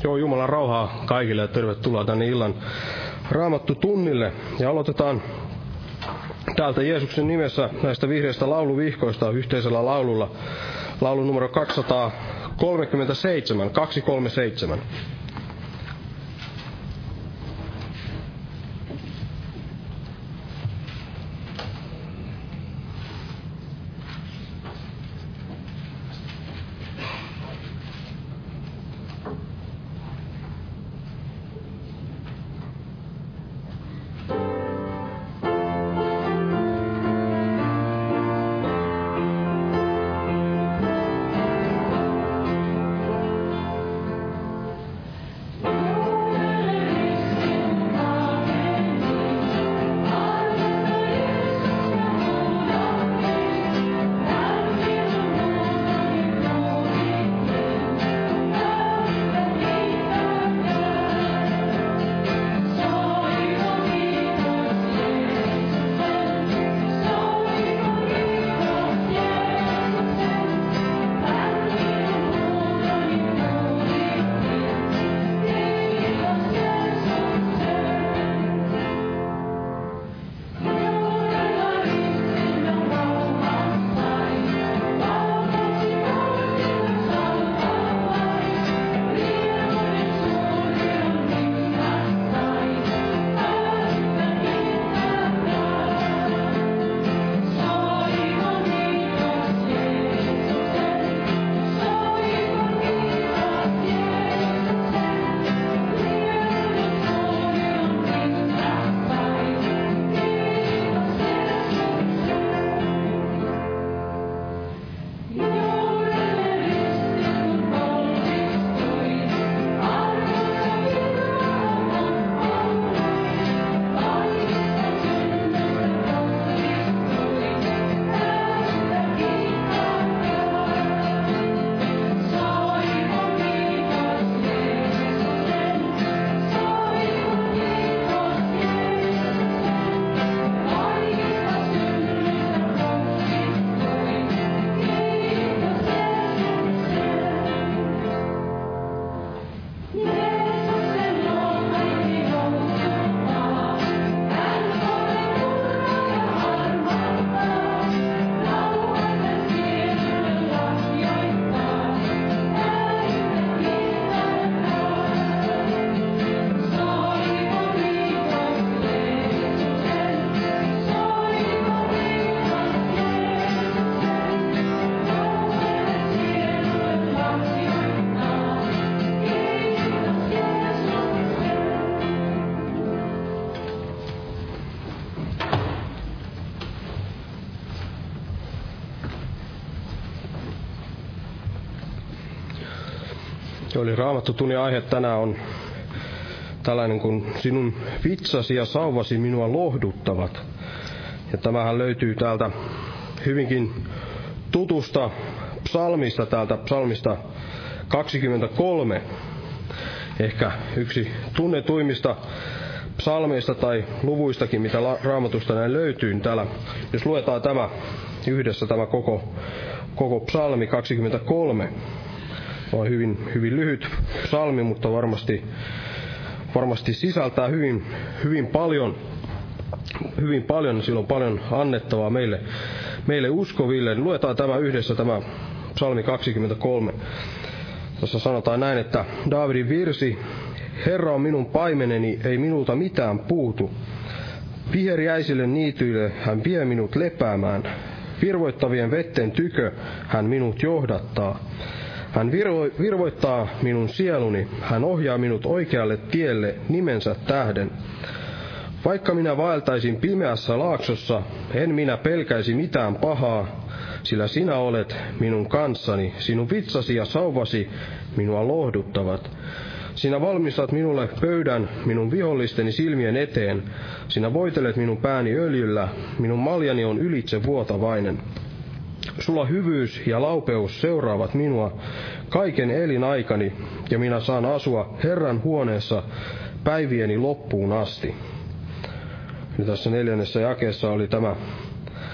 Joo, Jumalan rauhaa kaikille ja tervetuloa tänne illan Raamattu tunnille. Ja aloitetaan täältä Jeesuksen nimessä näistä vihreistä lauluvihkoista yhteisellä laululla. Laulu numero 237. Eli Raamattutunnin aihe tänään on tällainen kuin sinun vitsasi ja sauvasi minua lohduttavat. Ja tämähän löytyy täältä hyvinkin tutusta psalmista, täältä psalmista 23. Ehkä yksi tunnetuimmista psalmeista tai luvuistakin, mitä Raamatusta näin löytyy. Täällä, jos luetaan tämä yhdessä, tämä koko psalmi 23. On hyvin lyhyt psalmi, mutta varmasti sisältää hyvin paljon, sillä on paljon annettavaa meille uskoville. Luetaan tämä yhdessä, tämä psalmi 23. Tässä sanotaan näin, että Daavidin virsi: Herra on minun paimeneni, ei minulta mitään puutu. Viheriäisille niityille hän vie minut lepäämään. Virvoittavien vetten tykö hän minut johdattaa. Hän virvoittaa minun sieluni, hän ohjaa minut oikealle tielle nimensä tähden. Vaikka minä vaeltaisin pimeässä laaksossa, en minä pelkäisi mitään pahaa, sillä sinä olet minun kanssani, sinun vitsasi ja sauvasi minua lohduttavat. Sinä valmistat minulle pöydän minun vihollisteni silmien eteen, sinä voitelet minun pääni öljyllä, minun maljani on ylitse vuotavainen. Sulla hyvyys ja laupeus seuraavat minua kaiken elinaikani, ja minä saan asua Herran huoneessa päivieni loppuun asti. Ja tässä 4. jakeessa oli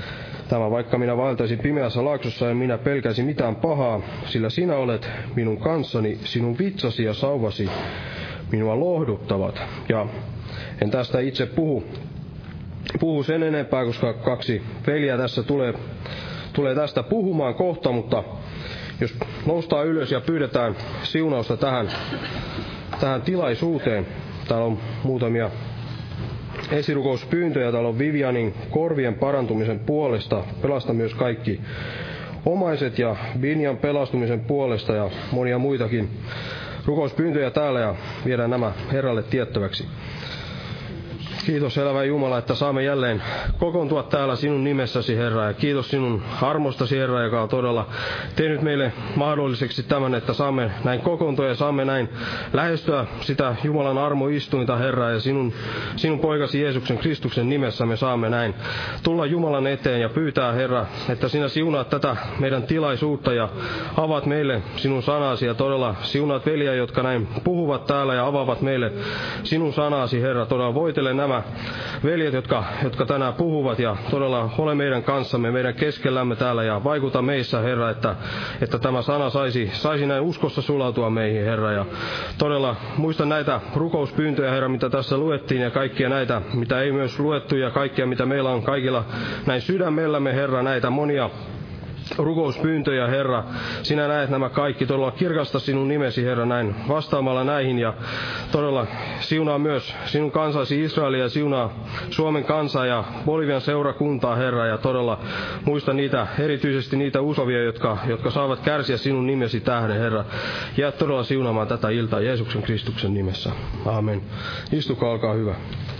Tämä vaikka minä vaeltaisin pimeässä laaksossa, en minä pelkäisi mitään pahaa, sillä sinä olet minun kanssani, sinun vitsasi ja sauvasi minua lohduttavat. Ja en tästä itse puhu sen enempää, koska 2 veljeä tässä tulee tästä puhumaan kohta, mutta jos noustaan ylös ja pyydetään siunausta tähän tilaisuuteen. Täällä on muutamia esirukouspyyntöjä. Täällä on Vivianin korvien parantumisen puolesta. Pelasta myös kaikki omaiset ja Binjan pelastumisen puolesta ja monia muitakin rukouspyyntöjä täällä ja viedään nämä Herralle tiettäväksi. Kiitos elävä Jumala, että saamme jälleen kokoontua täällä sinun nimessäsi, Herra, ja kiitos sinun armostasi, Herra, joka on todella tehnyt meille mahdolliseksi tämän, että saamme näin kokoontua ja saamme näin lähestyä sitä Jumalan armoistuinta, Herra, ja sinun poikasi Jeesuksen Kristuksen nimessä me saamme näin tulla Jumalan eteen ja pyytää, Herra, että sinä siunaat tätä meidän tilaisuutta ja avaat meille sinun sanasi ja todella siunaat veljiä, jotka näin puhuvat täällä ja avaavat meille sinun sanasi, Herra, todella voitele nämä veljet, jotka tänään puhuvat ja todella ole meidän kanssamme, meidän keskellämme täällä ja vaikuta meissä, Herra, että tämä sana saisi näin uskossa sulautua meihin, Herra. Ja todella muista näitä rukouspyyntöjä, Herra, mitä tässä luettiin ja kaikkia näitä, mitä ei myös luettu ja kaikkia, mitä meillä on kaikilla näin sydämellämme, Herra, näitä monia rukouspyyntöjä, Herra. Sinä näet nämä kaikki. Todella kirkasta sinun nimesi, Herra, näin vastaamalla näihin. Ja todella siunaa myös sinun kansasi Israelia, siunaa Suomen kansaa ja Bolivian seurakuntaa, Herra. Ja todella muista erityisesti niitä uskovia, jotka saavat kärsiä sinun nimesi tähden, Herra. Jää todella siunaamaan tätä iltaa Jeesuksen Kristuksen nimessä. Aamen. Istukaa, olkaa hyvä.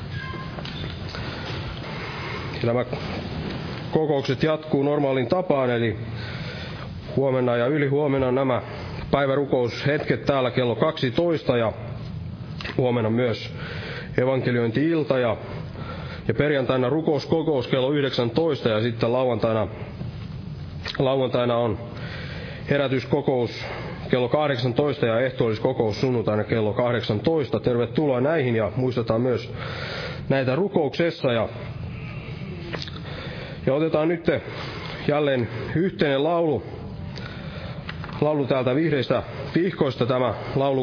Nämä kokoukset jatkuu normaalin tapaan, eli huomenna ja ylihuomenna nämä päivärukoushetket täällä kello 12 ja huomenna myös evankeliointi-ilta ja perjantaina rukouskokous kello 19 ja sitten lauantaina on herätyskokous kello 18 ja ehtoolliskokous sunnuntaina kello 18. Tervetuloa näihin ja muistetaan myös näitä rukouksessa ja otetaan nyt jälleen yhteinen laulu täältä Vihreistä vihkoista, tämä laulu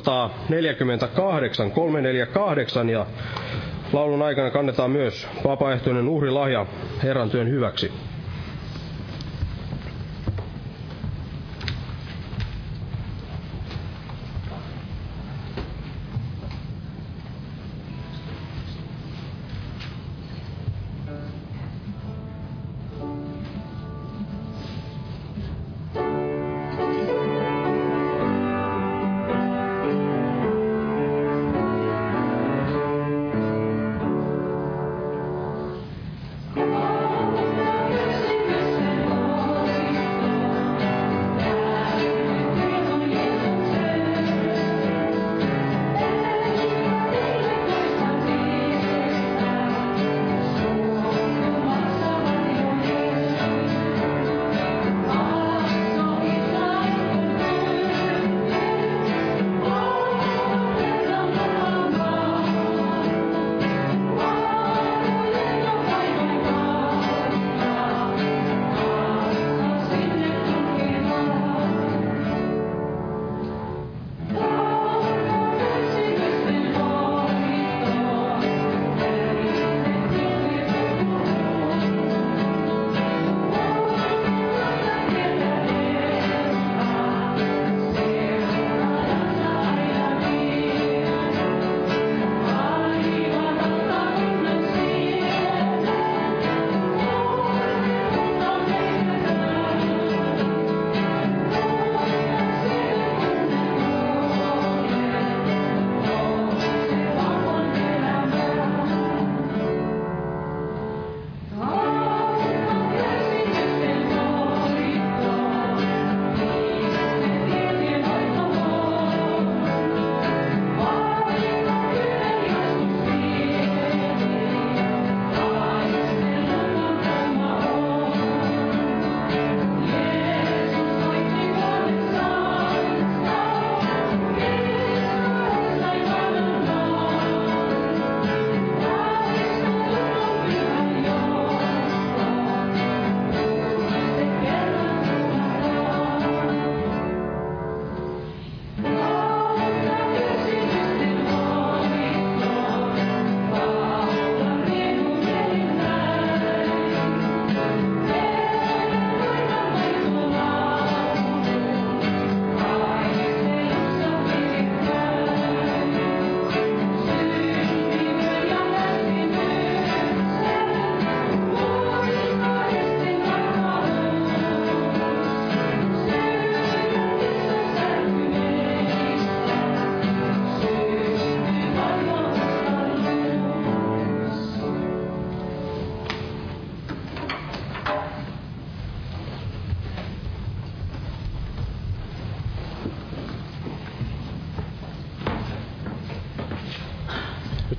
348, ja laulun aikana kannetaan myös vapaaehtoinen uhrilahja Herran työn hyväksi.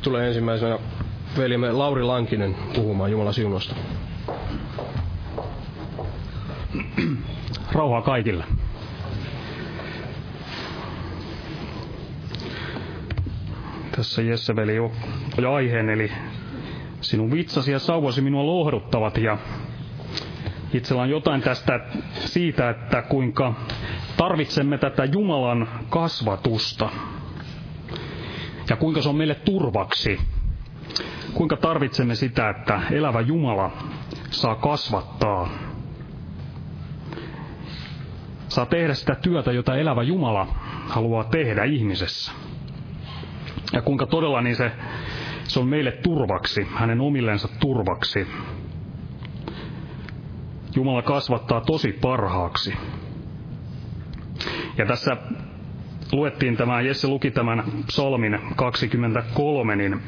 tulee ensimmäisenä veljemme Lauri Lankinen puhumaan Jumalan siunosta. Rauhaa kaikille. Tässä Jesse-veli jo aiheen, eli sinun vitsasi ja sauvasi minua lohduttavat, ja itsellä on jotain siitä, että kuinka tarvitsemme tätä Jumalan kasvatusta ja kuinka se on meille turvaksi. Kuinka tarvitsemme sitä, että elävä Jumala saa kasvattaa. Saa tehdä sitä työtä, jota elävä Jumala haluaa tehdä ihmisessä. Ja kuinka todella niin se on meille turvaksi, hänen omillensa turvaksi. Jumala kasvattaa tosi parhaaksi. Ja tässä luettiin Jesse luki tämän psalmin 23, niin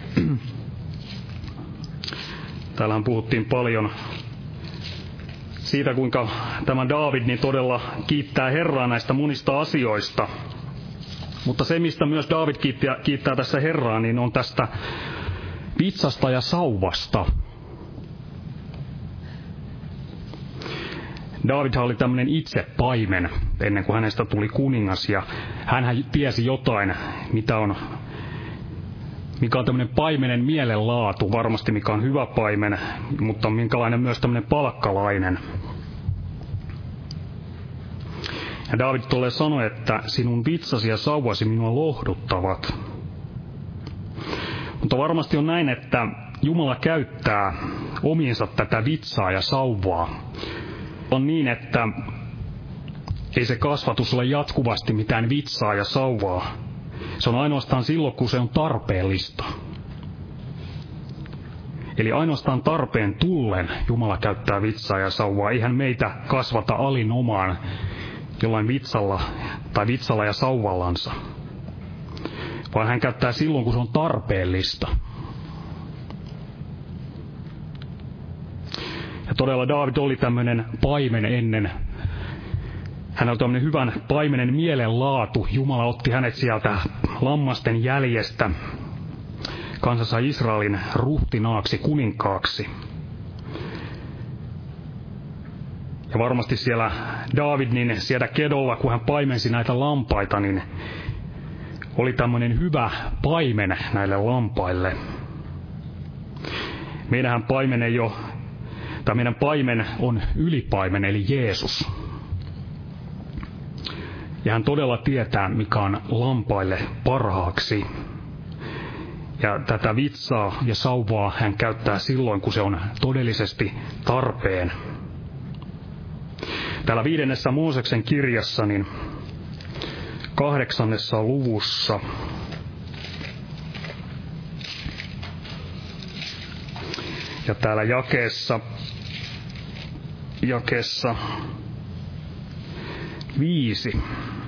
täällähän puhuttiin paljon siitä, kuinka tämä Daavid niin todella kiittää Herraa näistä monista asioista. Mutta se, mistä myös Daavid kiittää tässä Herraa, niin on tästä vitsasta ja sauvasta. Daavidhan oli tämmöinen itse paimen ennen kuin hänestä tuli kuningas, ja hänhän tiesi jotain, mikä on tämmöinen paimenen mielenlaatu, varmasti mikä on hyvä paimen, mutta minkälainen myös tämmöinen palkkalainen. Ja Daavid tulee sanoi, että sinun vitsasi ja sauvasi minua lohduttavat. Mutta varmasti on näin, että Jumala käyttää omiinsa tätä vitsaa ja sauvaa. On niin, että ei se kasvatus ole jatkuvasti mitään vitsaa ja sauvaa. Se on ainoastaan silloin, kun se on tarpeellista. Eli ainoastaan tarpeen tullen Jumala käyttää vitsaa ja sauvaa. Eihän meitä kasvata alinomaan jollain vitsalla ja sauvallansa. Vaan hän käyttää silloin, kun se on tarpeellista. Ja todella Daavid oli tämmöinen paimen ennen. Hän oli tämmöinen hyvän paimenen mielenlaatu. Jumala otti hänet sieltä lammasten jäljestä kansansa Israelin ruhtinaaksi, kuninkaaksi. Ja varmasti siellä Daavid, niin siellä kedolla, kun hän paimensi näitä lampaita, niin oli tämmöinen hyvä paimen näille lampaille. Meidän paimen on ylipaimen, eli Jeesus. Ja hän todella tietää, mikä on lampaille parhaaksi. Ja tätä vitsaa ja sauvaa hän käyttää silloin, kun se on todellisesti tarpeen. Täällä 5. Mooseksen kirjassa, niin 8. luvussa ja täällä jakeessa 5.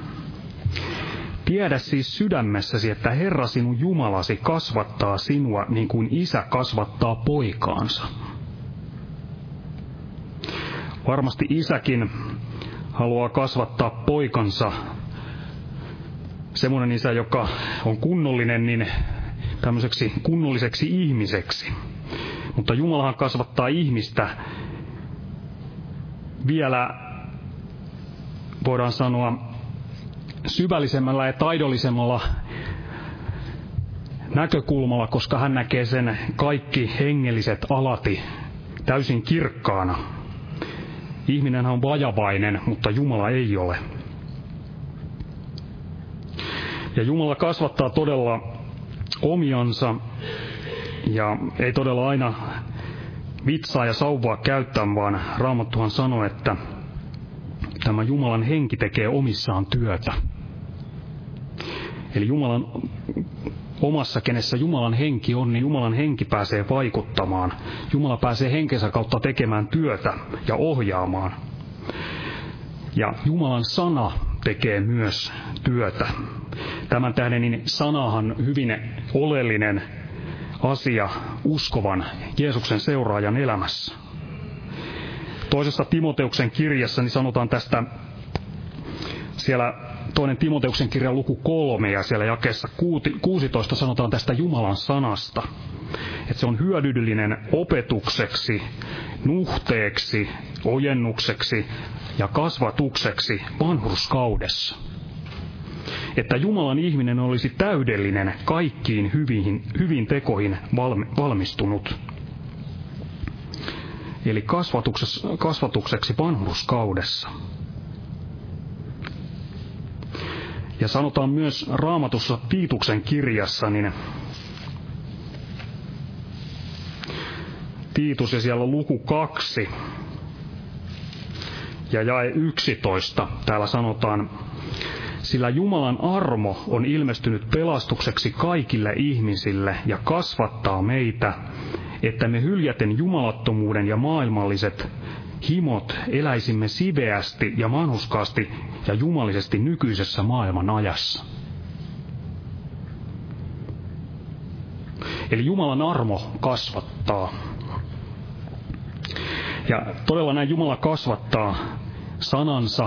Tiedä siis sydämessäsi, että Herra sinun Jumalasi kasvattaa sinua niin kuin isä kasvattaa poikaansa. Varmasti isäkin haluaa kasvattaa poikansa. Semmoinen isä, joka on kunnollinen, niin tämmöiseksi kunnolliseksi ihmiseksi. Mutta Jumalahan kasvattaa ihmistä vielä, voidaan sanoa, syvällisemmällä ja taidollisemmalla näkökulmalla, koska hän näkee sen kaikki hengelliset alati täysin kirkkaana. Ihminenhän on vajavainen, mutta Jumala ei ole. Ja Jumala kasvattaa todella omiansa, ja ei todella aina vitsaa ja sauvaa käyttää, vaan Raamattuhan sanoo, että tämä Jumalan henki tekee omissaan työtä. Eli Jumalan omassa, kenessä Jumalan henki on, niin Jumalan henki pääsee vaikuttamaan. Jumala pääsee henkensä kautta tekemään työtä ja ohjaamaan. Ja Jumalan sana tekee myös työtä. Tämän tähden niin sanahan hyvin oleellinen asia uskovan Jeesuksen seuraajan elämässä. Toisessa Timoteuksen kirjassa niin sanotaan tästä siellä toinen Timoteuksen kirja luku 3 ja siellä jakeessa 16 sanotaan tästä Jumalan sanasta, että se on hyödyllinen opetukseksi, nuhteeksi, ojennukseksi ja kasvatukseksi vanhurskaudessa. Että Jumalan ihminen olisi täydellinen, kaikkiin hyvin tekoihin valmistunut. Eli kasvatukseksi vanhurskaudessa. Ja sanotaan myös Raamatussa Tiituksen kirjassa, niin Tiitus ja siellä luku 2 ja jae 11, täällä sanotaan, sillä Jumalan armo on ilmestynyt pelastukseksi kaikille ihmisille ja kasvattaa meitä, että me hyljäten jumalattomuuden ja maailmalliset himot eläisimme siveästi ja vanhurskaasti ja jumalisesti nykyisessä maailman ajassa. Eli Jumalan armo kasvattaa. Ja todella näin Jumala kasvattaa sanansa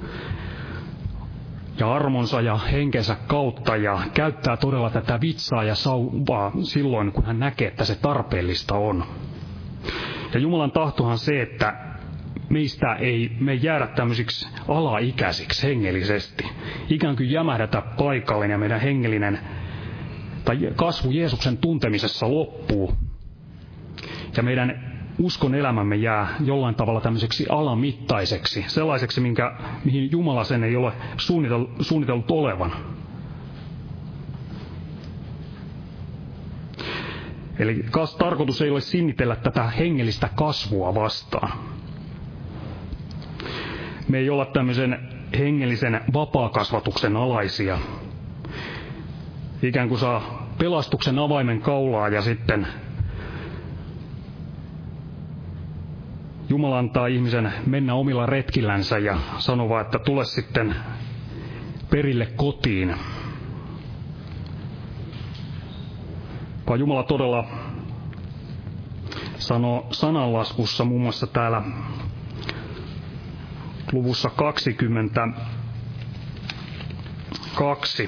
ja armonsa ja henkensä kautta ja käyttää todella tätä vitsaa ja sauvaa silloin, kun hän näkee, että se tarpeellista on. Ja Jumalan tahtohan se, että meistä ei me jäädä tämmöisiksi alaikäisiksi hengellisesti. Ikään kuin jämähdätä paikallinen ja meidän hengellinen tai kasvu Jeesuksen tuntemisessa loppuu. Ja meidän uskon elämämme jää jollain tavalla tämmöiseksi alamittaiseksi, sellaiseksi, mihin Jumala sen ei ole suunnitellut olevan. Eli tarkoitus ei ole sinnitellä tätä hengellistä kasvua vastaan. Me ei olla tämmöisen hengellisen vapaakasvatuksen alaisia. Ikään kuin saa pelastuksen avaimen kaulaa ja sitten Jumala antaa ihmisen mennä omilla retkillänsä ja sanoo, että tule sitten perille kotiin. Vaan Jumala todella sanoo sananlaskussa muun muassa täällä luvussa 22.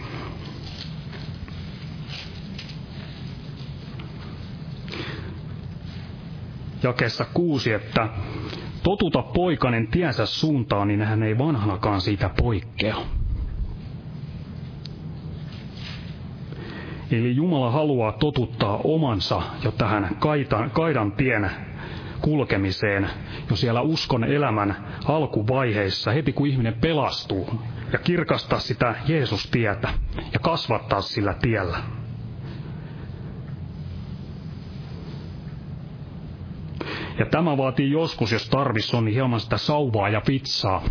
Jakeessa 6, että totuta poikanen tiensä suuntaan, niin hän ei vanhanakaan siitä poikkea. Eli Jumala haluaa totuttaa omansa jo tähän kaidan tien kulkemiseen, jo siellä uskon elämän alkuvaiheissa, heti kun ihminen pelastuu, ja kirkastaa sitä Jeesus-tietä ja kasvattaa sillä tiellä. Ja tämä vaatii joskus, jos tarvis on, niin hieman sitä sauvaa ja pizzaa,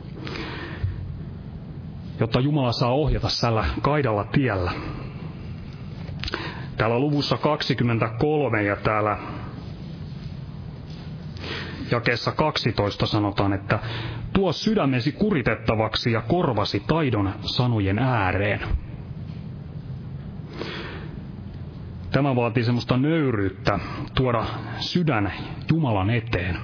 jotta Jumala saa ohjata tällä kaidalla tiellä. Täällä luvussa 23 ja täällä jakeessa 12 sanotaan, että tuo sydämesi kuritettavaksi ja korvasi taidon sanojen ääreen. Tämä vaatii semmoista nöyryyttä tuoda sydän Jumalan eteen.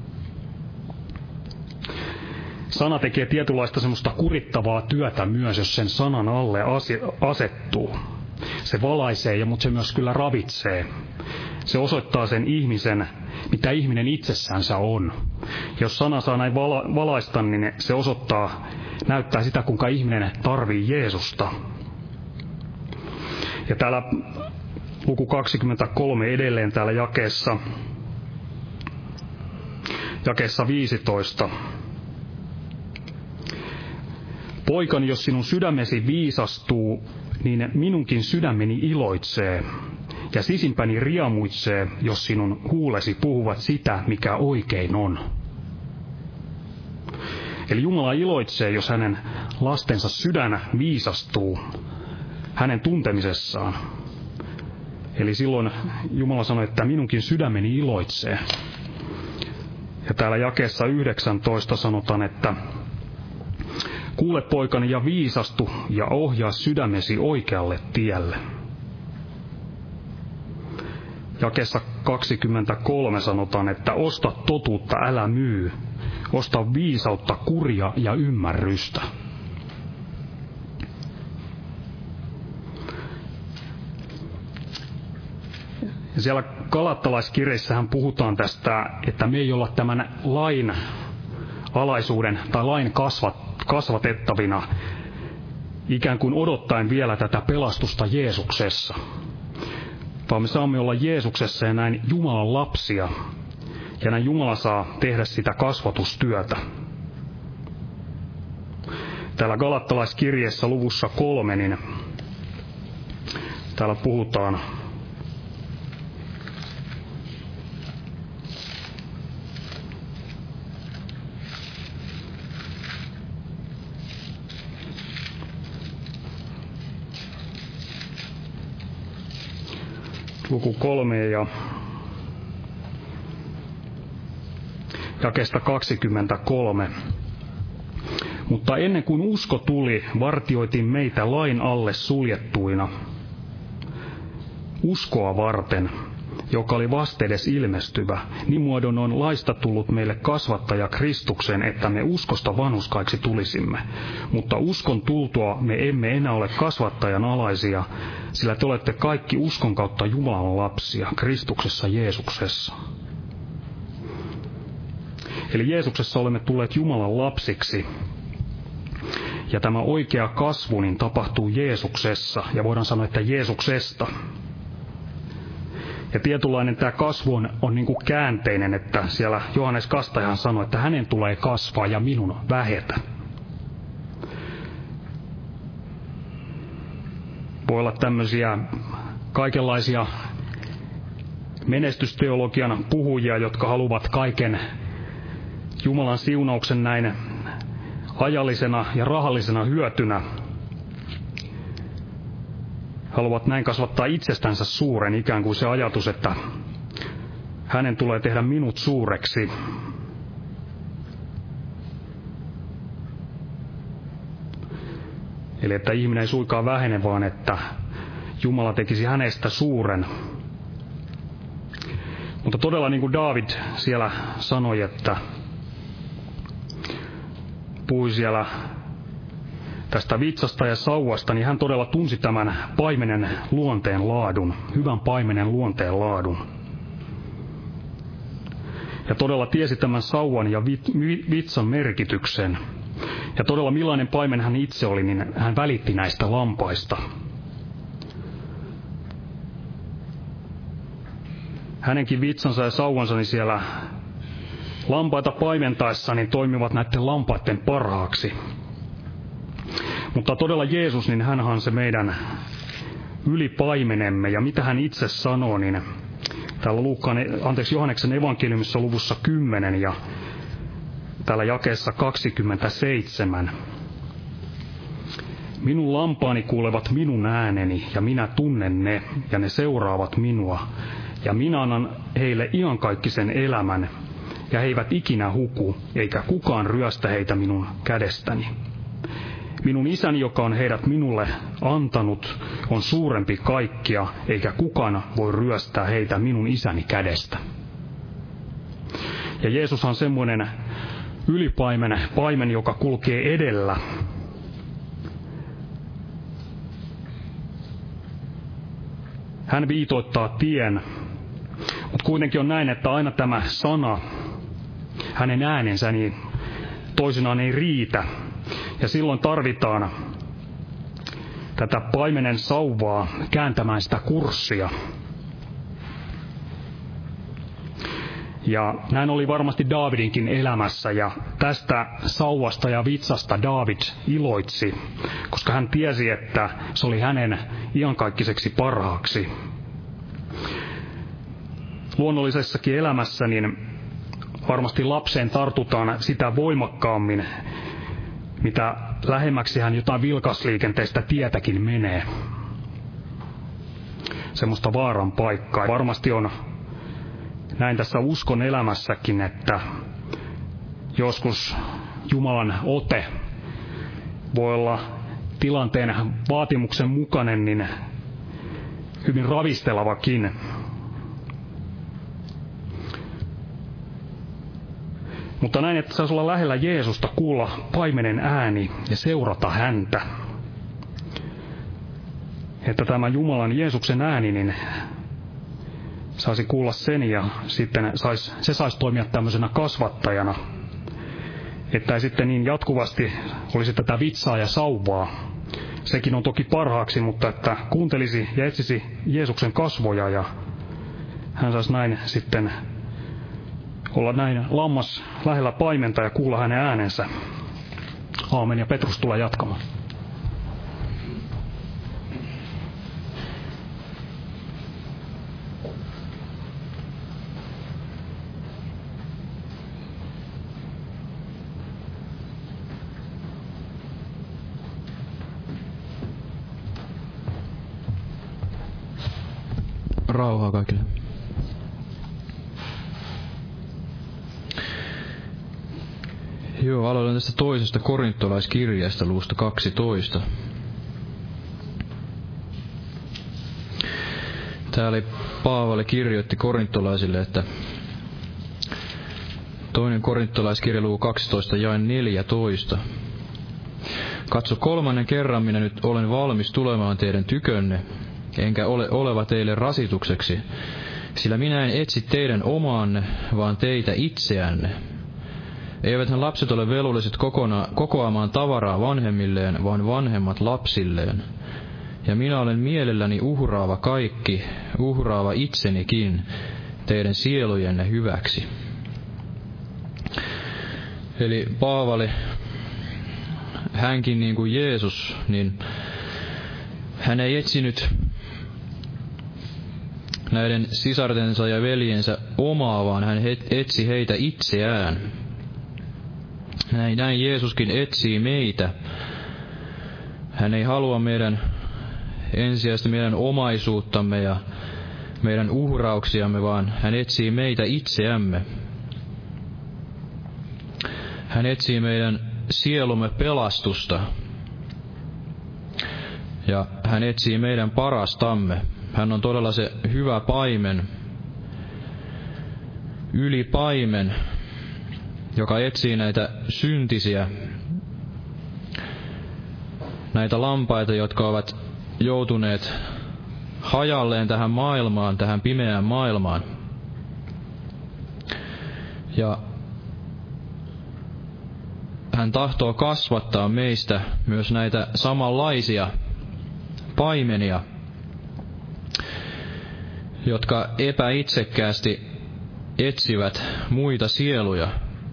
Sana tekee tietynlaista semmoista kurittavaa työtä myös, jos sen sanan alle asettuu. Se valaisee, mutta se myös kyllä ravitsee. Se osoittaa sen ihmisen, mitä ihminen itsessänsä on. Jos sana saa näin valaista, niin se näyttää sitä, kuinka ihminen tarvii Jeesusta. Ja täällä luku 23 edelleen täällä jakeessa 15. Poikani, jos sinun sydämesi viisastuu, niin minunkin sydämeni iloitsee, ja sisimpäni riemuitsee, jos sinun huulesi puhuvat sitä, mikä oikein on. Eli Jumala iloitsee, jos hänen lastensa sydän viisastuu hänen tuntemisessaan. Eli silloin Jumala sanoi, että minunkin sydämeni iloitsee. Ja täällä jakeessa 19 sanotaan, että kuule poikani ja viisastu ja ohjaa sydämesi oikealle tielle. Jakeessa 23 sanotaan, että osta totuutta, älä myy. Osta viisautta, kuria ja ymmärrystä. Ja siellä Galattalaiskirjeessähän puhutaan tästä, että me ei olla tämän lain alaisuuden tai lain kasvatettavina, ikään kuin odottaen vielä tätä pelastusta Jeesuksessa. Vaan me saamme olla Jeesuksessa ja näin Jumalan lapsia, ja näin Jumala saa tehdä sitä kasvatustyötä. Täällä Galattalaiskirjeessä luvussa 3, niin täällä puhutaan luku 3 ja jakeesta 23. Mutta ennen kuin usko tuli, vartioitiin meitä lain alle suljettuina uskoa varten, joka oli vastedes ilmestyvä. Niin muodon on laista tullut meille kasvattaja Kristuksen, että me uskosta vanhurskaiksi tulisimme. Mutta uskon tultua me emme enää ole kasvattajan alaisia, sillä te olette kaikki uskon kautta Jumalan lapsia, Kristuksessa Jeesuksessa. Eli Jeesuksessa olemme tulleet Jumalan lapsiksi. Ja tämä oikea kasvu niin tapahtuu Jeesuksessa, ja voidaan sanoa, että Jeesuksesta. Ja tietynlainen tämä kasvu on niin kuin käänteinen, että siellä Johannes Kastajahan sanoi, että hänen tulee kasvaa ja minun vähetä. Voi olla tämmöisiä kaikenlaisia menestysteologian puhujia, jotka haluavat kaiken Jumalan siunauksen näin ajallisena ja rahallisena hyötynä. Haluavat näin kasvattaa itsestänsä suuren, ikään kuin se ajatus, että hänen tulee tehdä minut suureksi. Eli että ihminen ei suinkaan vähene, vaan että Jumala tekisi hänestä suuren. Mutta todella niin kuin Daavid siellä sanoi, että puhui siellä tästä vitsasta ja sauvasta, niin hän todella tunsi tämän paimenen luonteen laadun, hyvän paimenen luonteen laadun. Ja todella tiesi tämän sauvan ja vitsan merkityksen. Ja todella millainen paimen hän itse oli, niin hän välitti näistä lampaista. Hänenkin vitsansa ja sauvansa niin siellä lampaita paimentaessa niin toimivat näiden lampaiden parhaaksi. Mutta todella Jeesus, niin hän on se meidän ylipaimenemme. Ja mitä hän itse sanoo, niin täällä Johanneksen evankeliumissa luvussa 10 ja täällä jakeessa 27. Minun lampaani kuulevat minun ääneni, ja minä tunnen ne, ja ne seuraavat minua. Ja minä annan heille iankaikkisen elämän, ja he eivät ikinä huku, eikä kukaan ryöstä heitä minun kädestäni. Minun isäni, joka on heidät minulle antanut, on suurempi kaikkia, eikä kukaan voi ryöstää heitä minun isäni kädestä. Ja Jeesus on semmoinen paimen, joka kulkee edellä. Hän viitoittaa tien, mutta kuitenkin on näin, että aina tämä sana, hänen äänensä, niin toisinaan ei riitä. Ja silloin tarvitaan tätä paimenen sauvaa kääntämään sitä kurssia. Ja näin oli varmasti Daavidinkin elämässä, ja tästä sauvasta ja vitsasta Daavid iloitsi, koska hän tiesi, että se oli hänen iankaikkiseksi parhaaksi. Luonnollisessakin elämässä niin varmasti lapseen tartutaan sitä voimakkaammin, mitä lähemmäksi hän jotain vilkasliikenteistä tietäkin menee. Semmoista vaaran paikkaa. Varmasti on näin tässä uskon elämässäkin, että joskus Jumalan ote voi olla tilanteen vaatimuksen mukainen, niin hyvin ravistelavakin. Mutta näin, että saisi olla lähellä Jeesusta, kuulla paimenen ääni ja seurata häntä. Että tämä Jumalan Jeesuksen ääni, niin saisi kuulla sen ja sitten se saisi toimia tämmöisenä kasvattajana. Että ei sitten niin jatkuvasti olisi tätä vitsaa ja sauvaa. Sekin on toki parhaaksi, mutta että kuuntelisi ja etsisi Jeesuksen kasvoja ja hän saisi näin sitten olla näin lammas lähellä paimenta ja kuulla hänen äänensä. Aamen, ja Petrus tulee jatkamaan. Rauhaa kaikille. Joo, aloitan tästä toisesta korintolaiskirjasta luvusta 12. Täällä Paavali kirjoitti korintolaisille, että toinen korintolaiskirja luku 12 jae 14. Katso, 3. kerran minä nyt olen valmis tulemaan teidän tykönne, enkä ole oleva teille rasitukseksi, sillä minä en etsi teidän omaanne, vaan teitä itseänne. Eiväthän lapset ole velvolliset kokoamaan tavaraa vanhemmilleen, vaan vanhemmat lapsilleen. Ja minä olen mielelläni uhraava kaikki, uhraava itsenikin, teidän sielujenne hyväksi. Eli Paavali, hänkin niin kuin Jeesus, niin hän ei etsinyt näiden sisartensa ja veljensä omaa, vaan hän etsi heitä itseään. Näin Jeesuskin etsii meitä. Hän ei halua ensisijaisesti meidän omaisuuttamme ja meidän uhrauksiamme, vaan hän etsii meitä itseämme. Hän etsii meidän sielumme pelastusta. Ja hän etsii meidän parastamme. Hän on todella se hyvä paimen, ylipaimen, joka etsii näitä syntisiä, näitä lampaita, jotka ovat joutuneet hajalleen tähän maailmaan, tähän pimeään maailmaan. Ja hän tahtoo kasvattaa meistä myös näitä samanlaisia paimenia, jotka epäitsekkäästi etsivät muita sieluja,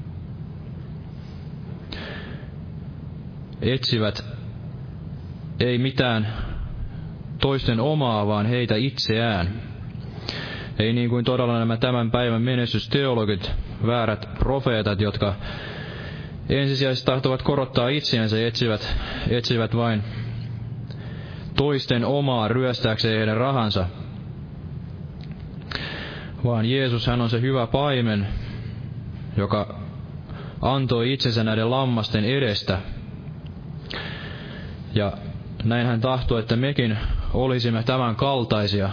etsivät ei mitään toisten omaa, vaan heitä itseään. Ei niin kuin todella nämä tämän päivän menestysteologit, väärät profeetat, jotka ensisijaisesti tahtovat korottaa itseänsä ja etsivät vain toisten omaa ryöstääkseen heidän rahansa. Vaan Jeesus, hän on se hyvä paimen, joka antoi itsensä näiden lammasten edestä. Ja näin hän tahtoi, että mekin olisimme tämän kaltaisia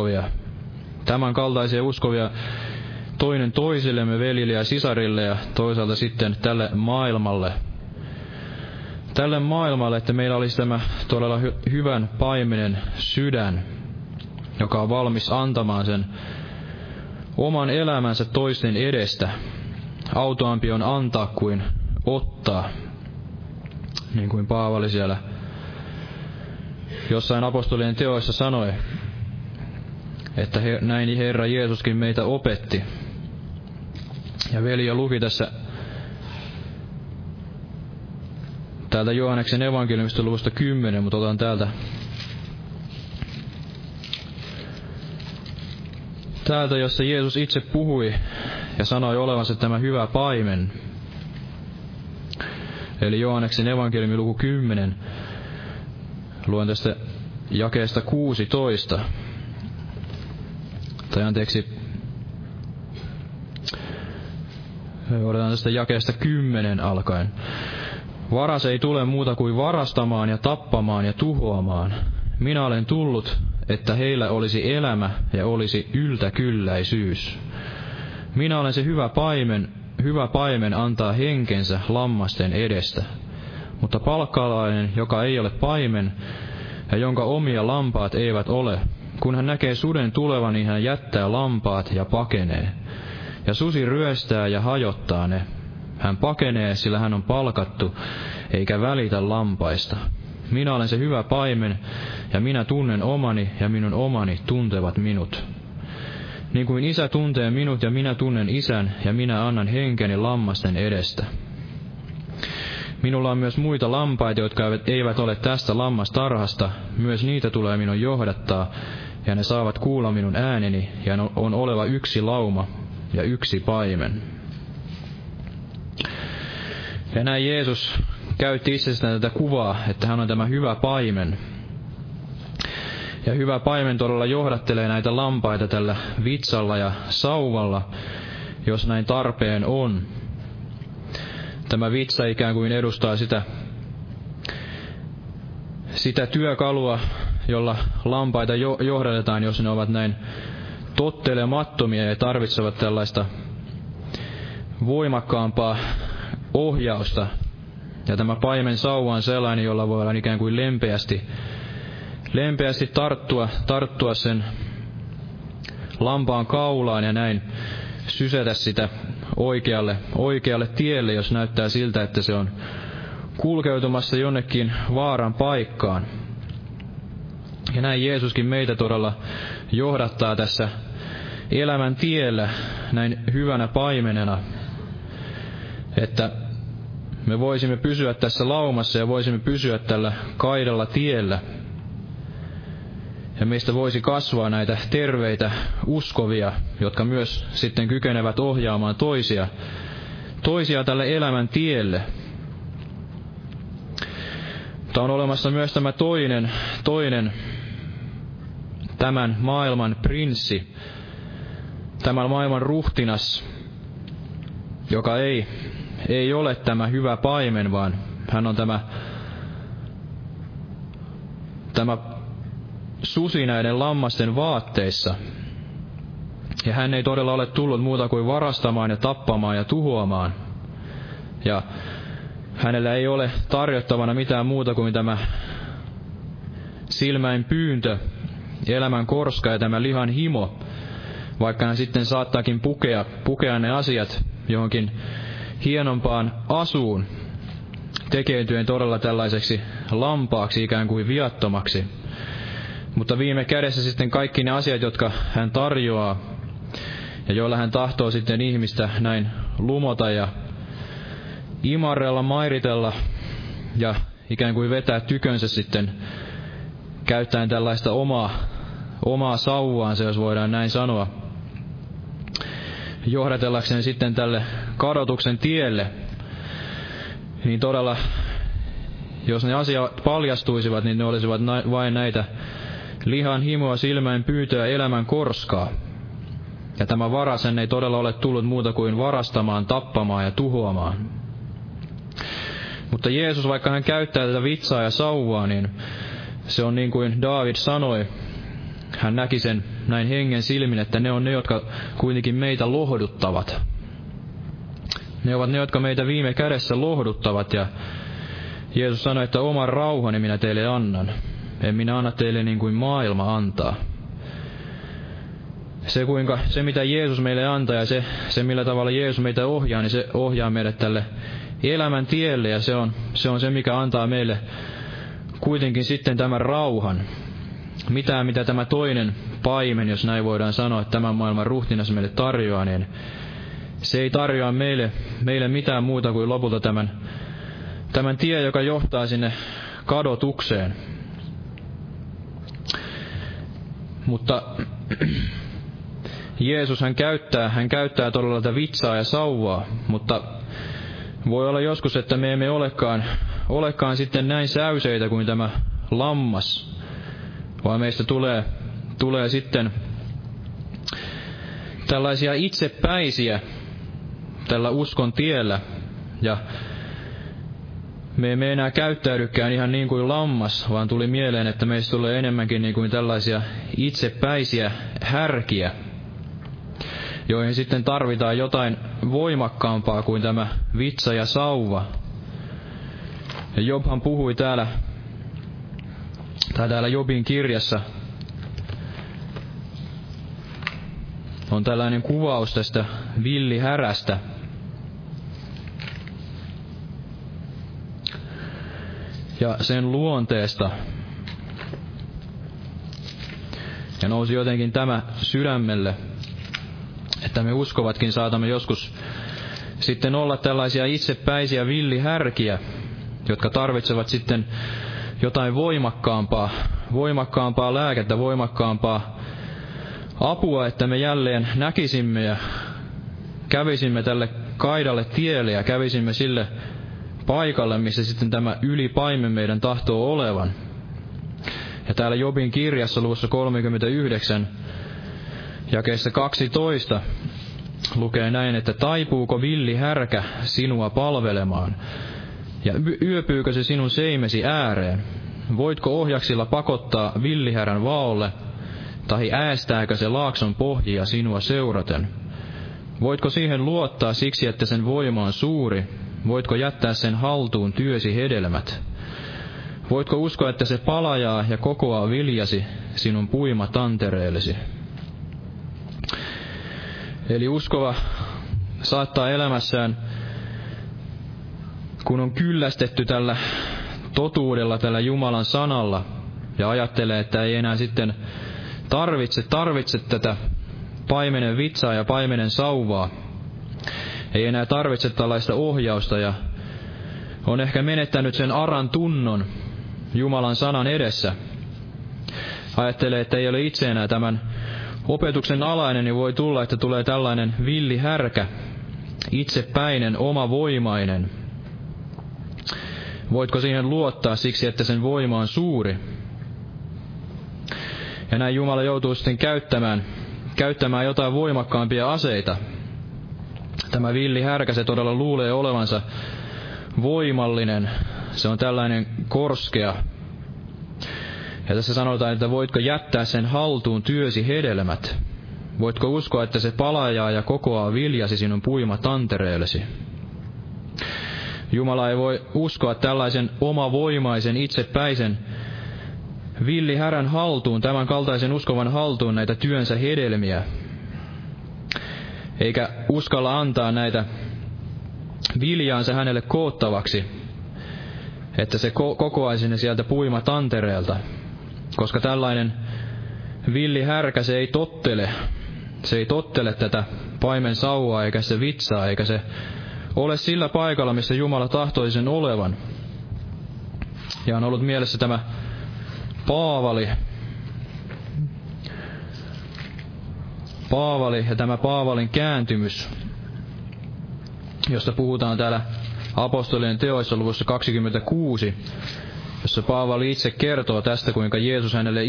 uskovia toinen toisillemme, veljille ja sisarille ja toisaalta sitten tälle maailmalle. Tälle maailmalle, että meillä olisi tämä todella hyvän paimenen sydän, joka on valmis antamaan sen oman elämänsä toisten edestä. Autoampi on antaa kuin ottaa, niin kuin Paavali siellä jossain apostolien teoissa sanoi, että näin Herra Jeesuskin meitä opetti. Ja veli luki tässä täältä Johanneksen evankeliumista luvusta 10, mutta otan täältä, jossa Jeesus itse puhui ja sanoi olevansa tämä hyvä paimen. Eli Johanneksen evankeliumi luku 10. Luen tästä jakeesta 16. Otetaan tästä jakeesta 10 alkaen. Varas ei tule muuta kuin varastamaan ja tappamaan ja tuhoamaan. Minä olen tullut, että heillä olisi elämä ja olisi yltäkylläisyys. Minä olen se hyvä paimen antaa henkensä lammasten edestä. Mutta palkkalainen, joka ei ole paimen ja jonka omia lampaat eivät ole, Kun hän näkee suden tulevan, niin hän jättää lampaat ja pakenee. Ja susi ryöstää ja hajottaa ne. Hän pakenee, sillä hän on palkattu, eikä välitä lampaista. Minä olen se hyvä paimen, ja minä tunnen omani, ja minun omani tuntevat minut. Niin kuin isä tuntee minut, ja minä tunnen isän, ja minä annan henkeni lammasten edestä. Minulla on myös muita lampaita, jotka eivät ole tästä lammastarhasta. Myös niitä tulee minun johdattaa, ja ne saavat kuulla minun ääneni, ja on oleva yksi lauma ja yksi paimen. Ja näin Jeesus käytti itsestään tätä kuvaa, että hän on tämä hyvä paimen. Ja hyvä paimen todella johdattelee näitä lampaita tällä vitsalla ja sauvalla, jos näin tarpeen on. Tämä vitsa ikään kuin edustaa sitä työkalua, jolla lampaita johdatetaan, jos ne ovat näin tottelemattomia ja tarvitsevat tällaista voimakkaampaa ohjausta. Ja tämä paimen sauva on sellainen, jolla voidaan ikään kuin lempeästi tarttua sen lampaan kaulaan ja näin sysätä sitä oikealle tielle, jos näyttää siltä, että se on kulkeutumassa jonnekin vaaran paikkaan. Ja näin Jeesuskin meitä todella johdattaa tässä elämän tiellä näin hyvänä paimenena, että me voisimme pysyä tässä laumassa ja voisimme pysyä tällä kaidalla tiellä. Ja meistä voisi kasvaa näitä terveitä uskovia, jotka myös sitten kykenevät ohjaamaan toisia tälle elämän tielle. Mutta on olemassa myös tämä toinen tämän maailman prinssi, tämän maailman ruhtinas, joka ei ole tämä hyvä paimen, vaan hän on tämä susi näiden lammasten vaatteissa. Ja hän ei todella ole tullut muuta kuin varastamaan ja tappamaan ja tuhoamaan. Ja hänellä ei ole tarjottavana mitään muuta kuin tämä silmäin pyyntö, elämän korska ja tämä lihan himo, vaikka hän sitten saattaakin pukea ne asiat johonkin hienompaan asuun, tekeytyen todella tällaiseksi lampaaksi, ikään kuin viattomaksi. Mutta viime kädessä sitten kaikki ne asiat, jotka hän tarjoaa, ja joilla hän tahtoo sitten ihmistä näin lumota ja imarrella, mairitella, ja ikään kuin vetää tykönsä sitten, käyttäen tällaista omaa sauvaansa, jos voidaan näin sanoa, johdatellakseen sitten tälle kadotuksen tielle, niin todella, jos ne asiat paljastuisivat, niin ne olisivat vain näitä lihan himoa, silmäin pyytöä, elämän korskaa. Ja tämä varasen ei todella ole tullut muuta kuin varastamaan, tappamaan ja tuhoamaan. Mutta Jeesus, vaikka hän käyttää tätä vitsaa ja sauvaa, niin se on niin kuin Daavid sanoi. Hän näki sen näin hengen silmin, että ne on ne, jotka kuitenkin meitä lohduttavat. Ne ovat ne, jotka meitä viime kädessä lohduttavat. Ja Jeesus sanoi, että oman rauhani minä teille annan. En minä anna teille niin kuin maailma antaa. Se mitä Jeesus meille antaa ja se millä tavalla Jeesus meitä ohjaa, niin se ohjaa meidät tälle elämän tielle. Ja se on se, mikä antaa meille kuitenkin sitten tämän rauhan. Mitä tämä toinen paimen, jos näin voidaan sanoa, että tämän maailman ruhtinas meille tarjoaa, niin se ei tarjoa meille mitään muuta kuin lopulta tämän tie, joka johtaa sinne kadotukseen. Mutta Jeesus hän käyttää todella tätä vitsaa ja sauvaa, mutta voi olla joskus, että me emme olekaan sitten näin säyseitä kuin tämä lammas, vaan meistä tulee sitten tällaisia itsepäisiä tällä uskon tiellä, ja me emme enää käyttäydykään ihan niin kuin lammas, vaan tuli mieleen, että meistä tulee enemmänkin niin kuin tällaisia itsepäisiä härkiä, joihin sitten tarvitaan jotain voimakkaampaa kuin tämä vitsa ja sauva. Ja Jobhan puhui täällä Jobin kirjassa on tällainen kuvaus tästä villihärästä. Ja sen luonteesta. Ja nousi jotenkin tämä sydämelle, että me uskovatkin saatamme joskus sitten olla tällaisia itsepäisiä villihärkiä, jotka tarvitsevat sitten jotain voimakkaampaa lääkettä, voimakkaampaa apua, että me jälleen näkisimme ja kävisimme tälle kaidalle tielle ja kävisimme sille paikalle, missä sitten tämä ylipaimen meidän tahtoo olevan. Ja täällä Jobin kirjassa luvussa 39, jakeessa 12, lukee näin, että taipuuko villihärkä sinua palvelemaan, ja yöpyykö se sinun seimesi ääreen? Voitko ohjaksilla pakottaa villihärän vaolle, tahi äästääkö se laakson pohjia sinua seuraten? Voitko siihen luottaa siksi, että sen voima on suuri? Voitko jättää sen haltuun työsi hedelmät? Voitko uskoa, että se palajaa ja kokoaa viljasi sinun puimatantereellesi? Eli uskova saattaa elämässään, kun on kyllästetty tällä totuudella, tällä Jumalan sanalla, ja ajattelee, että ei enää sitten tarvitse tätä paimenen vitsaa ja paimenen sauvaa, ei enää tarvitse tällaista ohjausta, ja on ehkä menettänyt sen aran tunnon Jumalan sanan edessä. Ajattelee, että ei ole itse enää tämän opetuksen alainen, niin voi tulla, että tulee tällainen villihärkä, itsepäinen, omavoimainen. Voitko siihen luottaa siksi, että sen voima on suuri? Ja näin Jumala joutuu sitten käyttämään jotain voimakkaampia aseita. Tämä villihärkä, se todella luulee olevansa voimallinen. Se on tällainen korskea. Ja tässä sanotaan, että voitko jättää sen haltuun työsi hedelmät? Voitko uskoa, että se palajaa ja kokoaa viljasi sinun puimatantereellesi? Jumala ei voi uskoa tällaisen omavoimaisen, itsepäisen villihärän haltuun, tämän kaltaisen uskovan haltuun näitä työnsä hedelmiä. Eikä uskalla antaa näitä viljaansa hänelle koottavaksi, että se kokoaisi ne sieltä puimatantereelta. Koska tällainen villihärkä, se ei tottele tätä paimen sauvaa, eikä se vitsaa, eikä se ole sillä paikalla, missä Jumala tahtoi sen olevan. Ja on ollut mielessä tämä Paavali ja tämä Paavalin kääntymys, josta puhutaan täällä apostolien teoissa luvussa 26, jossa Paavali itse kertoo tästä, kuinka Jeesus hänelle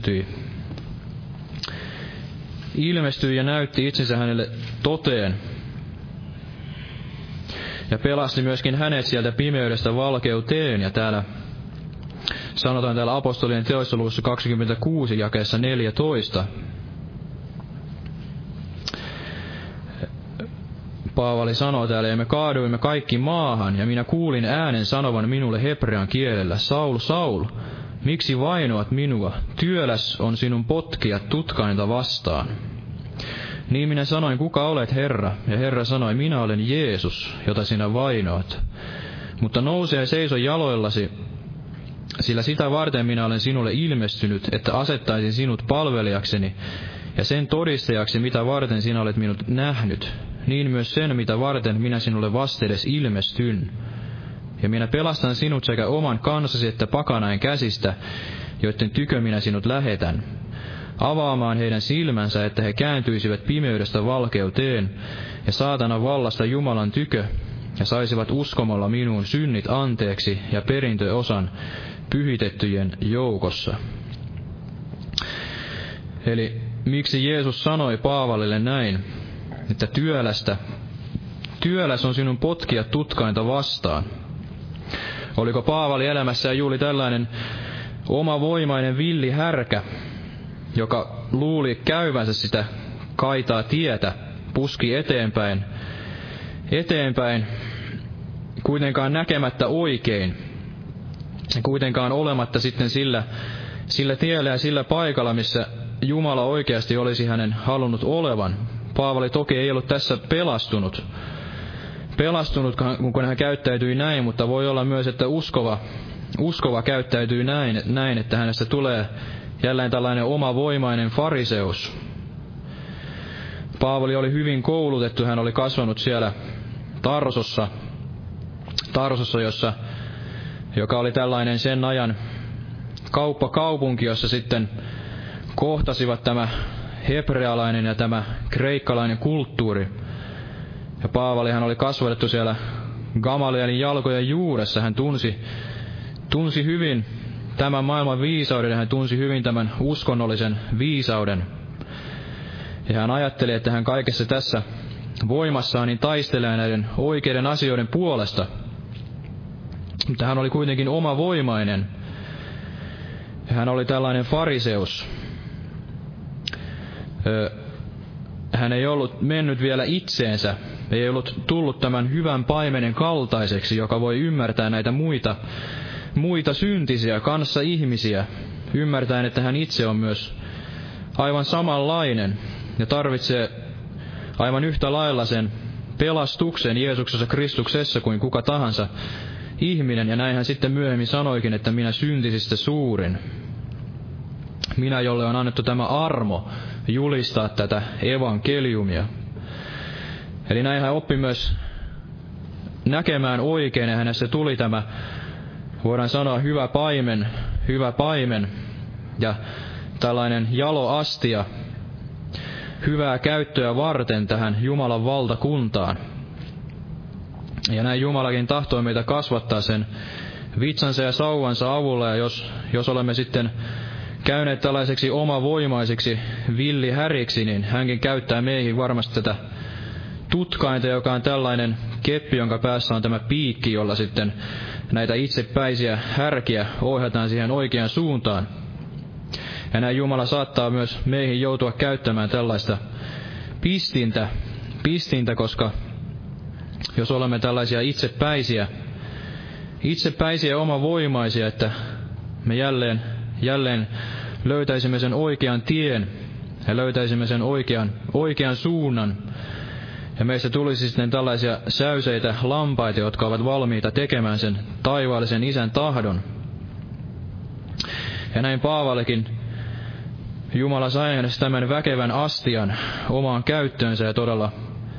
ilmestyi ja näytti itsensä hänelle toteen. Ja pelasti myöskin hänet sieltä pimeydestä valkeuteen. Ja täällä sanotaan täällä apostolien teoissa luvussa 26, jakeessa 14. Paavali sanoo täällä, ja me kaaduimme kaikki maahan, ja minä kuulin äänen sanovan minulle hebrean kielellä, Saul, Saul, miksi vainoat minua? Työläs on sinun potkia tutkainta vastaan. Niin minä sanoin, kuka olet, Herra? Ja Herra sanoi, minä olen Jeesus, jota sinä vainoat. Mutta nouse ja seiso jaloillasi, sillä sitä varten minä olen sinulle ilmestynyt, että asettaisin sinut palvelijakseni ja sen todistajaksi, mitä varten sinä olet minut nähnyt, niin myös sen, mitä varten minä sinulle vastedes ilmestyn. Ja minä pelastan sinut sekä oman kansasi että pakanain käsistä, joiden tykö minä sinut lähetän, avaamaan heidän silmänsä, että he kääntyisivät pimeydestä valkeuteen ja saatanan vallasta Jumalan tykö, ja saisivat uskomalla minuun synnit anteeksi ja perintöosan pyhitettyjen joukossa. Eli miksi Jeesus sanoi Paavalille näin, että työläs on sinun potkia tutkainta vastaan? Oliko Paavali elämässään juuri tällainen omavoimainen villihärkä, joka luuli käyvänsä sitä kaitaa tietä, puski eteenpäin, kuitenkaan näkemättä oikein, kuitenkaan olematta sitten sillä tiellä ja sillä paikalla, missä Jumala oikeasti olisi hänen halunnut olevan. Paavali toki ei ollut tässä pelastunut, kun hän käyttäytyi näin, mutta voi olla myös, että uskova käyttäytyy näin, että hänestä tulee jälleen tällainen omavoimainen fariseus. Paavali oli hyvin koulutettu, hän oli kasvanut siellä Tarsossa, joka oli tällainen sen ajan kauppakaupunki, jossa sitten kohtasivat tämä hebrealainen ja tämä kreikkalainen kulttuuri. Ja Paavalihan oli kasvatettu siellä Gamalielin jalkojen juuressa. Hän tunsi hyvin tämän maailman viisauden ja hän tunsi hyvin tämän uskonnollisen viisauden. Ja hän ajatteli, että hän kaikessa tässä voimassaan niin taistelee näiden oikeiden asioiden puolesta. Mutta hän oli kuitenkin omavoimainen. Ja hän oli tällainen fariseus. Hän ei ollut mennyt vielä itseensä, ei ollut tullut tämän hyvän paimenen kaltaiseksi, joka voi ymmärtää näitä muita syntisiä kanssaihmisiä, ymmärtäen, että hän itse on myös aivan samanlainen ja tarvitsee aivan yhtä lailla sen pelastuksen Jeesuksessa Kristuksessa kuin kuka tahansa ihminen. Ja näin hän sitten myöhemmin sanoikin, että minä syntisistä suurin. Minä, jolle on annettu tämä armo julistaa tätä evankeliumia. Eli näin hän oppi myös näkemään oikein, ja hänessä tuli tämä, voidaan sanoa, hyvä paimen ja tällainen jaloastia hyvää käyttöä varten tähän Jumalan valtakuntaan. Ja näin Jumalakin tahtoi meitä kasvattaa sen vitsansa ja sauvansa avulla, ja jos olemme sitten käyneet tällaiseksi omavoimaisiksi villihäriksi, niin hänkin käyttää meihin varmasti tätä tutkainta, joka on tällainen keppi, jonka päässä on tämä piikki, jolla sitten näitä itsepäisiä härkiä ohjataan siihen oikeaan suuntaan. Ja näin Jumala saattaa myös meihin joutua käyttämään tällaista pistintä, koska jos olemme tällaisia itsepäisiä omavoimaisia, että me jälleen löytäisimme sen oikean tien ja löytäisimme sen oikean suunnan. Ja meistä tulisi sitten tällaisia säyseitä lampaita, jotka ovat valmiita tekemään sen taivaallisen Isän tahdon. Ja näin Paavalikin Jumala sai hänestä tämän väkevän astian omaan käyttöönsä, ja todella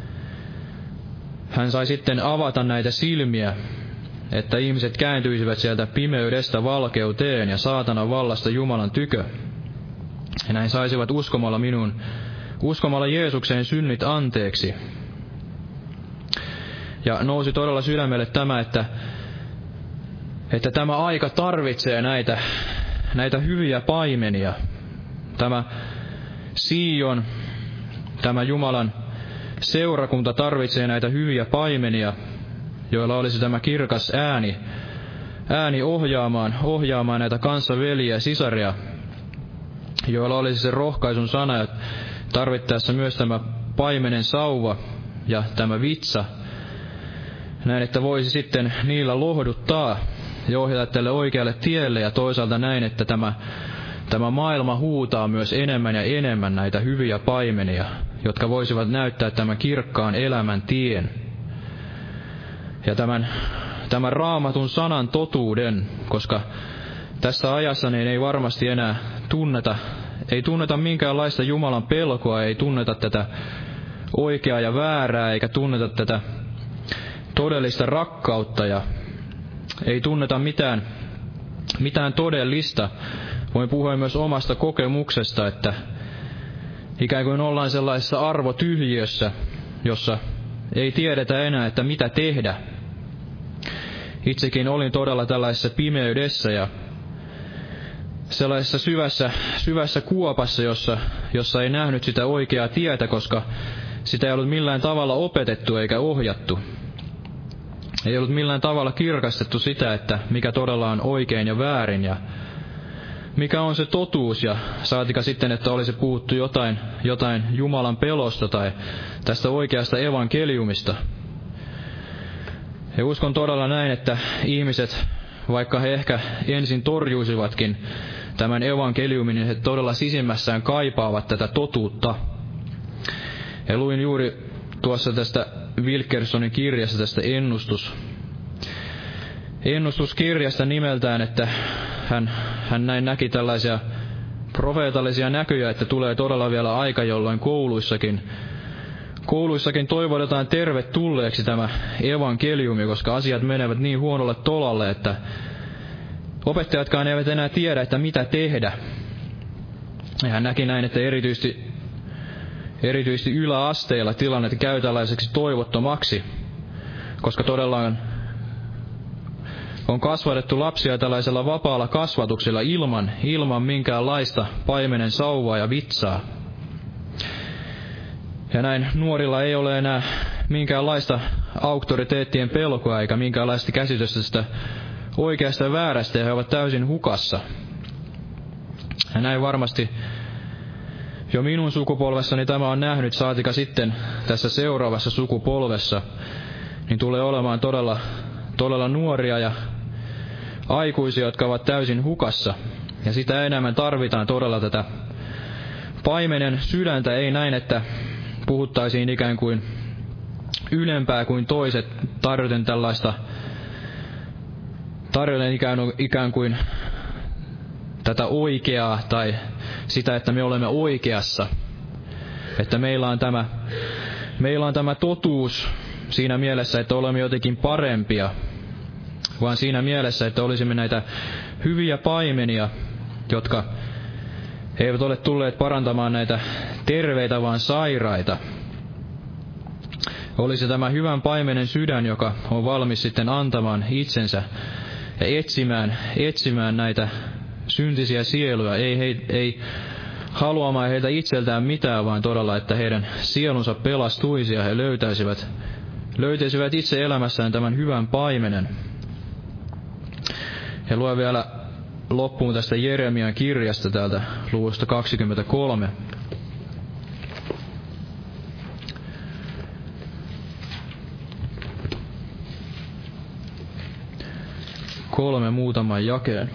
hän sai sitten avata näitä silmiä, että ihmiset kääntyisivät sieltä pimeydestä valkeuteen ja saatanan vallasta Jumalan tykö. Ja näin saisivat uskomalla Jeesukseen synnit anteeksi. Ja nousi todella sydämelle tämä, että tämä aika tarvitsee näitä hyviä paimenia. Tämä Sion, tämä Jumalan seurakunta tarvitsee näitä hyviä paimenia, joilla olisi tämä kirkas ääni ohjaamaan näitä kanssaveljiä ja sisaria, joilla olisi se rohkaisun sana ja tarvittaessa myös tämä paimenen sauva ja tämä vitsa, näin, että voisi sitten niillä lohduttaa ja ohjata tälle oikealle tielle, ja toisaalta näin, että tämä maailma huutaa myös enemmän ja enemmän näitä hyviä paimenia, jotka voisivat näyttää tämän kirkkaan elämän tien ja tämän raamatun sanan totuuden, koska tässä ajassa niin ei varmasti enää tunneta minkäänlaista Jumalan pelkoa, ei tunneta tätä oikeaa ja väärää, eikä tunneta tätä todellista rakkautta, ja ei tunneta mitään todellista. Voin puhua myös omasta kokemuksesta, että ikään kuin ollaan sellaisessa arvotyhjiössä, jossa ei tiedetä enää, että mitä tehdä. Itsekin olin todella tällaisessa pimeydessä ja sellaisessa syvässä kuopassa, jossa ei nähnyt sitä oikeaa tietä, koska sitä ei ollut millään tavalla opetettu eikä ohjattu. Ei ollut millään tavalla kirkastettu sitä, että mikä todella on oikein ja väärin ja mikä on se totuus, ja saatika sitten, että olisi puhuttu jotain Jumalan pelosta tai tästä oikeasta evankeliumista. Ja uskon todella näin, että ihmiset, vaikka he ehkä ensin torjuisivatkin tämän evankeliumin, niin he todella sisimmässään kaipaavat tätä totuutta. Ja luin juuri tuossa tästä Wilkersonin kirjasta, tästä ennustuskirjasta nimeltään, että hän näin näki tällaisia profeetallisia näkyjä, että tulee todella vielä aika, jolloin kouluissakin toivotetaan tervetulleeksi tämä evankeliumi, koska asiat menevät niin huonolle tolalle, että opettajatkaan eivät enää tiedä, että mitä tehdä. Ja hän näki näin, että erityisesti yläasteilla tilanne käy tällaiseksi toivottomaksi, koska todella on kasvatettu lapsia tällaisella vapaalla kasvatuksella ilman minkäänlaista paimenen sauvaa ja vitsaa. Ja näin nuorilla ei ole enää minkäänlaista auktoriteettien pelkoa eikä minkäänlaista käsitystä sitä oikeasta ja väärästä, ja he ovat täysin hukassa. Ja näin varmasti jo minun sukupolvessani tämä on nähnyt, saatika sitten tässä seuraavassa sukupolvessa, niin tulee olemaan todella nuoria ja aikuisia, jotka ovat täysin hukassa. Ja sitä enemmän tarvitaan todella tätä paimenen sydäntä, ei näin, että puhuttaisiin ikään kuin ylempää kuin toiset, tarjoten ikään kuin tätä oikeaa tai sitä, että me olemme oikeassa. Että meillä on tämä totuus siinä mielessä, että olemme jotenkin parempia, vaan siinä mielessä, että olisimme näitä hyviä paimenia, jotka eivät ole tulleet parantamaan näitä terveitä, vaan sairaita. Olisi tämä hyvän paimenen sydän, joka on valmis sitten antamaan itsensä ja etsimään näitä syntisiä sieluja, ei haluamaan heiltä itseltään mitään, vaan todella, että heidän sielunsa pelastuisi ja he löytäisivät itse elämässään tämän hyvän paimenen. Ja luen vielä loppuun tästä Jeremian kirjasta täältä luvusta 23. Kolme muutaman jakeen.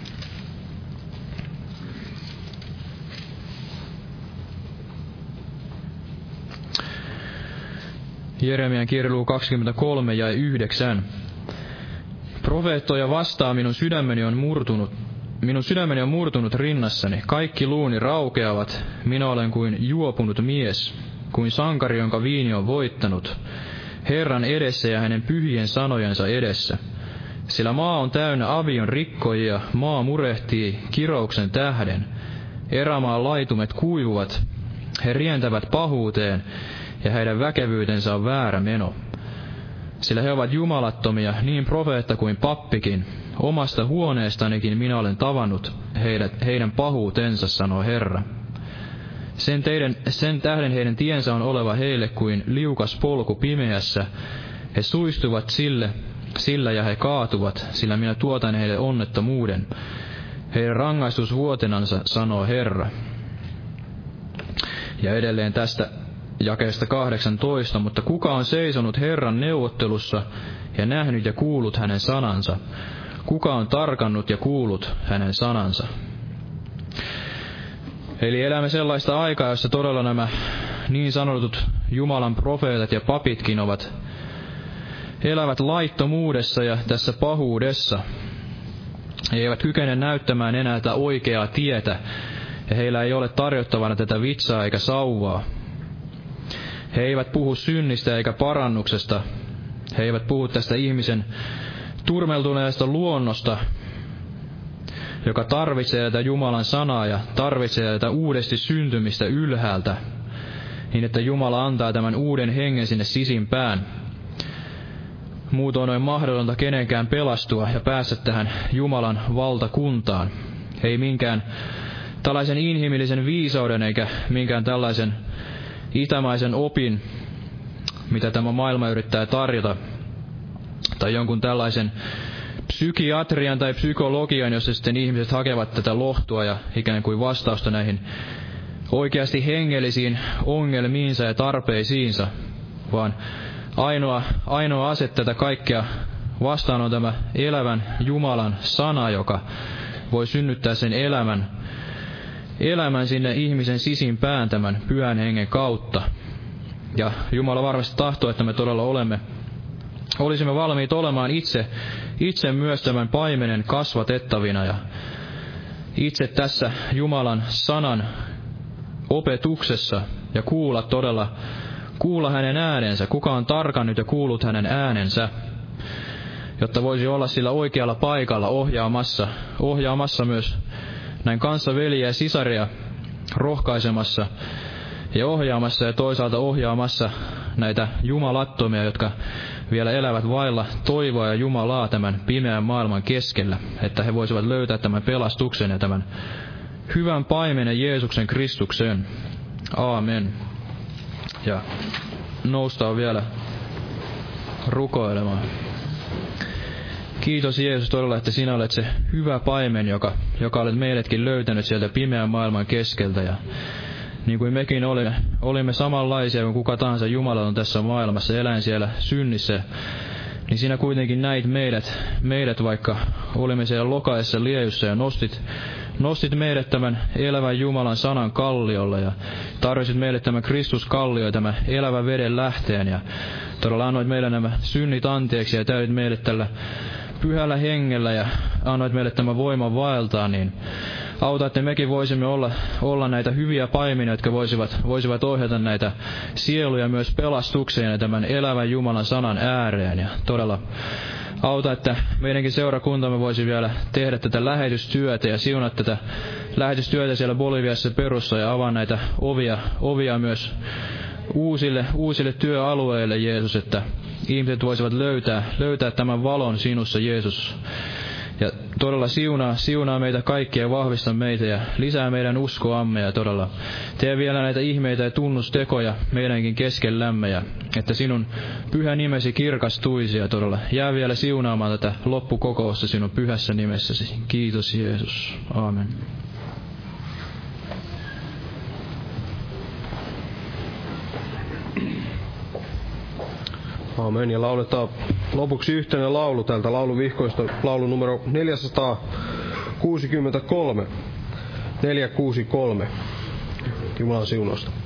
Jeremian kirja luku 23 ja 9. Profeettoja vastaan minun sydämeni on murtunut rinnassani. Kaikki luuni raukeavat. Minä olen kuin juopunut mies, kuin sankari, jonka viini on voittanut, Herran edessä ja hänen pyhien sanojensa edessä. Sillä maa on täynnä avion rikkojia, maa murehtii kirouksen tähden. Erämaan laitumet kuivuvat, he rientävät pahuuteen, ja heidän väkevyytensä on väärä meno. Sillä he ovat jumalattomia, niin profeetta kuin pappikin. Omasta huoneestanikin minä olen tavannut heidän pahuutensa, sanoo Herra. Sen tähden heidän tiensä on oleva heille kuin liukas polku pimeässä. He suistuvat sillä ja he kaatuvat, sillä minä tuotan heille onnettomuuden. Heidän rangaistusvuotenansa, sanoo Herra. Ja edelleen tästä jakeesta 18, mutta kuka on seisonut Herran neuvottelussa ja nähnyt ja kuullut hänen sanansa? Kuka on tarkannut ja kuullut hänen sanansa? Eli elämme sellaista aikaa, jossa todella nämä niin sanotut Jumalan profeetat ja papitkin elävät laittomuudessa ja tässä pahuudessa. He eivät kykene näyttämään enää tätä oikeaa tietä, ja heillä ei ole tarjottavana tätä vitsaa eikä sauvaa. He eivät puhu synnistä eikä parannuksesta. He eivät puhu tästä ihmisen turmeltuneesta luonnosta, joka tarvitsee tätä Jumalan sanaa ja tarvitsee tätä uudesti syntymistä ylhäältä, niin että Jumala antaa tämän uuden hengen sinne sisimpään. Muutoin on mahdotonta kenenkään pelastua ja päästä tähän Jumalan valtakuntaan. Ei minkään tällaisen inhimillisen viisauden eikä minkään tällaisen itämaisen opin, mitä tämä maailma yrittää tarjota, tai jonkun tällaisen psykiatrian tai psykologian, jossa sitten ihmiset hakevat tätä lohtua ja ikään kuin vastausta näihin oikeasti hengellisiin ongelmiinsa ja tarpeisiinsa, vaan ainoa ase tätä kaikkea vastaan on tämä elävän Jumalan sana, joka voi synnyttää sen elämän sinne ihmisen sisimpään tämän Pyhän Hengen kautta. Ja Jumala varmasti tahtoo, että me todella olisimme valmiit olemaan itse myös tämän paimenen kasvatettavina ja itse tässä Jumalan sanan opetuksessa ja kuulla hänen äänensä, kuka on tarkannut ja kuullut hänen äänensä, jotta voisi olla sillä oikealla paikalla ohjaamassa myös näin kanssaveljiä ja sisaria, rohkaisemassa ja ohjaamassa ja toisaalta ohjaamassa näitä jumalattomia, jotka vielä elävät vailla toivoa ja Jumalaa tämän pimeän maailman keskellä, että he voisivat löytää tämän pelastuksen ja tämän hyvän paimenen Jeesuksen Kristuksen. Aamen. Ja noustaan vielä rukoilemaan. Kiitos Jeesus todella, että sinä olet se hyvä paimen, joka olet meidätkin löytänyt sieltä pimeän maailman keskeltä. Ja niin kuin mekin olimme samanlaisia kuin kuka tahansa Jumalaton tässä maailmassa, eläin siellä synnissä, niin sinä kuitenkin näit meidät vaikka olimme siellä lokaessa liejussa ja nostit meidät tämän elävän Jumalan sanan kalliolla ja tarjosit meille tämän Kristuskallio ja tämän elävän veden lähteen ja todella annoit meille nämä synnit anteeksi ja täytit meille tällä Pyhällä Hengellä ja annoit meille tämän voiman vaeltaa, niin auta, että mekin voisimme olla näitä hyviä paimenia, jotka voisivat ohjata näitä sieluja myös pelastukseen ja tämän elävän Jumalan sanan ääreen. Ja todella auta, että meidänkin seurakuntamme voisi vielä tehdä tätä lähetystyötä ja siunata tätä lähetystyötä siellä Boliviassa Perussa ja avaa näitä ovia myös uusille työalueille, Jeesus, että ihmiset voisivat löytää tämän valon sinussa, Jeesus. Ja todella siunaa meitä kaikkia ja vahvista meitä ja lisää meidän uskoamme ja todella tee vielä näitä ihmeitä ja tunnustekoja meidänkin keskellämme ja että sinun pyhä nimesi kirkastuisi ja todella jää vielä siunaamaan tätä loppukokousta sinun pyhässä nimessäsi. Kiitos Jeesus. Aamen. Aamen. Ja lauletaan lopuksi yhteinen laulu tältä lauluvihkoista, laulu numero 463. 463. Jumalan siunausta.